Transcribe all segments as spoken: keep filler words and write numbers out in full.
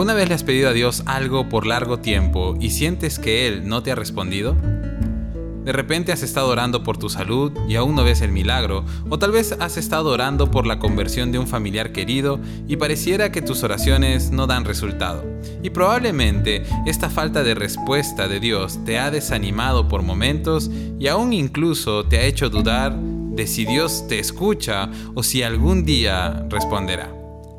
¿Alguna vez le has pedido a Dios algo por largo tiempo y sientes que Él no te ha respondido? De repente has estado orando por tu salud y aún no ves el milagro, o tal vez has estado orando por la conversión de un familiar querido y pareciera que tus oraciones no dan resultado. Y probablemente esta falta de respuesta de Dios te ha desanimado por momentos y aún incluso te ha hecho dudar de si Dios te escucha o si algún día responderá.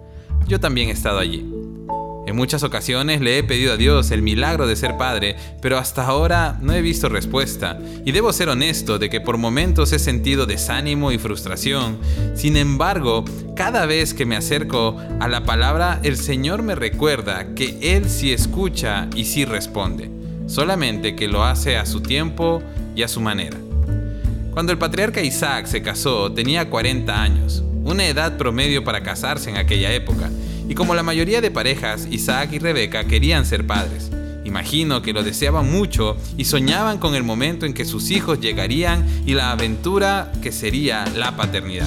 Yo también he estado allí. En muchas ocasiones le he pedido a Dios el milagro de ser padre, pero hasta ahora no he visto respuesta. Y debo ser honesto de que por momentos he sentido desánimo y frustración. Sin embargo, cada vez que me acerco a la palabra, el Señor me recuerda que Él sí escucha y sí responde, solamente que lo hace a su tiempo y a su manera. Cuando el patriarca Isaac se casó, tenía cuarenta años, una edad promedio para casarse en aquella época. Y como la mayoría de parejas, Isaac y Rebeca querían ser padres. Imagino que lo deseaban mucho y soñaban con el momento en que sus hijos llegarían y la aventura que sería la paternidad.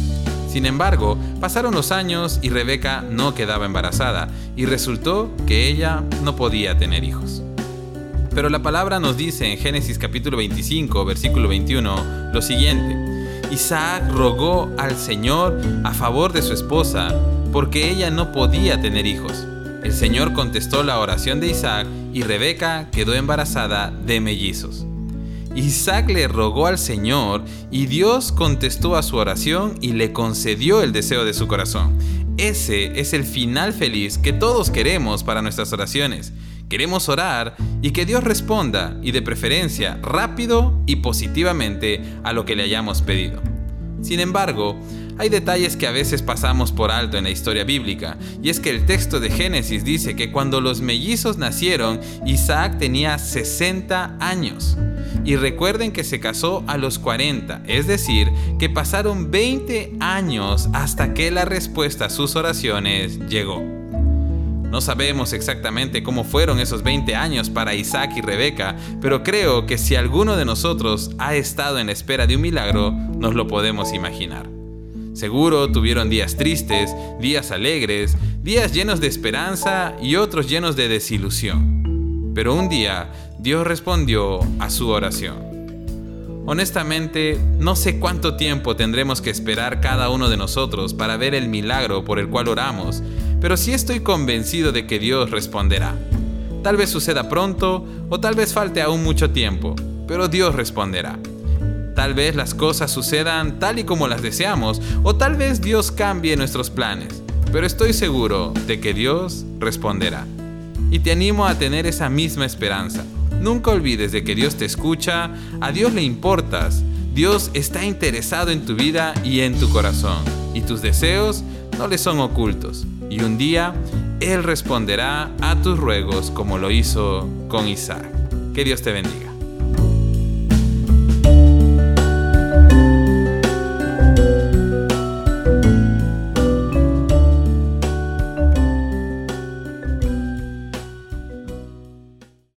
Sin embargo, pasaron los años y Rebeca no quedaba embarazada y resultó que ella no podía tener hijos. Pero la palabra nos dice en Génesis capítulo veinticinco, versículo veintiuno, lo siguiente: Isaac rogó al Señor a favor de su esposa, porque ella no podía tener hijos. El Señor contestó la oración de Isaac y Rebeca quedó embarazada de mellizos. Isaac le rogó al Señor y Dios contestó a su oración y le concedió el deseo de su corazón. Ese es el final feliz que todos queremos para nuestras oraciones. Queremos orar y que Dios responda, y de preferencia rápido y positivamente, a lo que le hayamos pedido. Sin embargo, hay detalles que a veces pasamos por alto en la historia bíblica, y es que el texto de Génesis dice que cuando los mellizos nacieron, Isaac tenía sesenta años. Y recuerden que se casó a los cuarenta, es decir, que pasaron veinte años hasta que la respuesta a sus oraciones llegó. No sabemos exactamente cómo fueron esos veinte años para Isaac y Rebeca, pero creo que si alguno de nosotros ha estado en espera de un milagro, nos lo podemos imaginar. Seguro tuvieron días tristes, días alegres, días llenos de esperanza y otros llenos de desilusión. Pero un día Dios respondió a su oración. Honestamente, no sé cuánto tiempo tendremos que esperar cada uno de nosotros para ver el milagro por el cual oramos, pero sí estoy convencido de que Dios responderá. Tal vez suceda pronto o tal vez falte aún mucho tiempo, pero Dios responderá. Tal vez las cosas sucedan tal y como las deseamos, o tal vez Dios cambie nuestros planes, pero estoy seguro de que Dios responderá. Y te animo a tener esa misma esperanza. Nunca olvides de que Dios te escucha, a Dios le importas, Dios está interesado en tu vida y en tu corazón, y tus deseos no le son ocultos. Y un día, Él responderá a tus ruegos como lo hizo con Isaac. Que Dios te bendiga.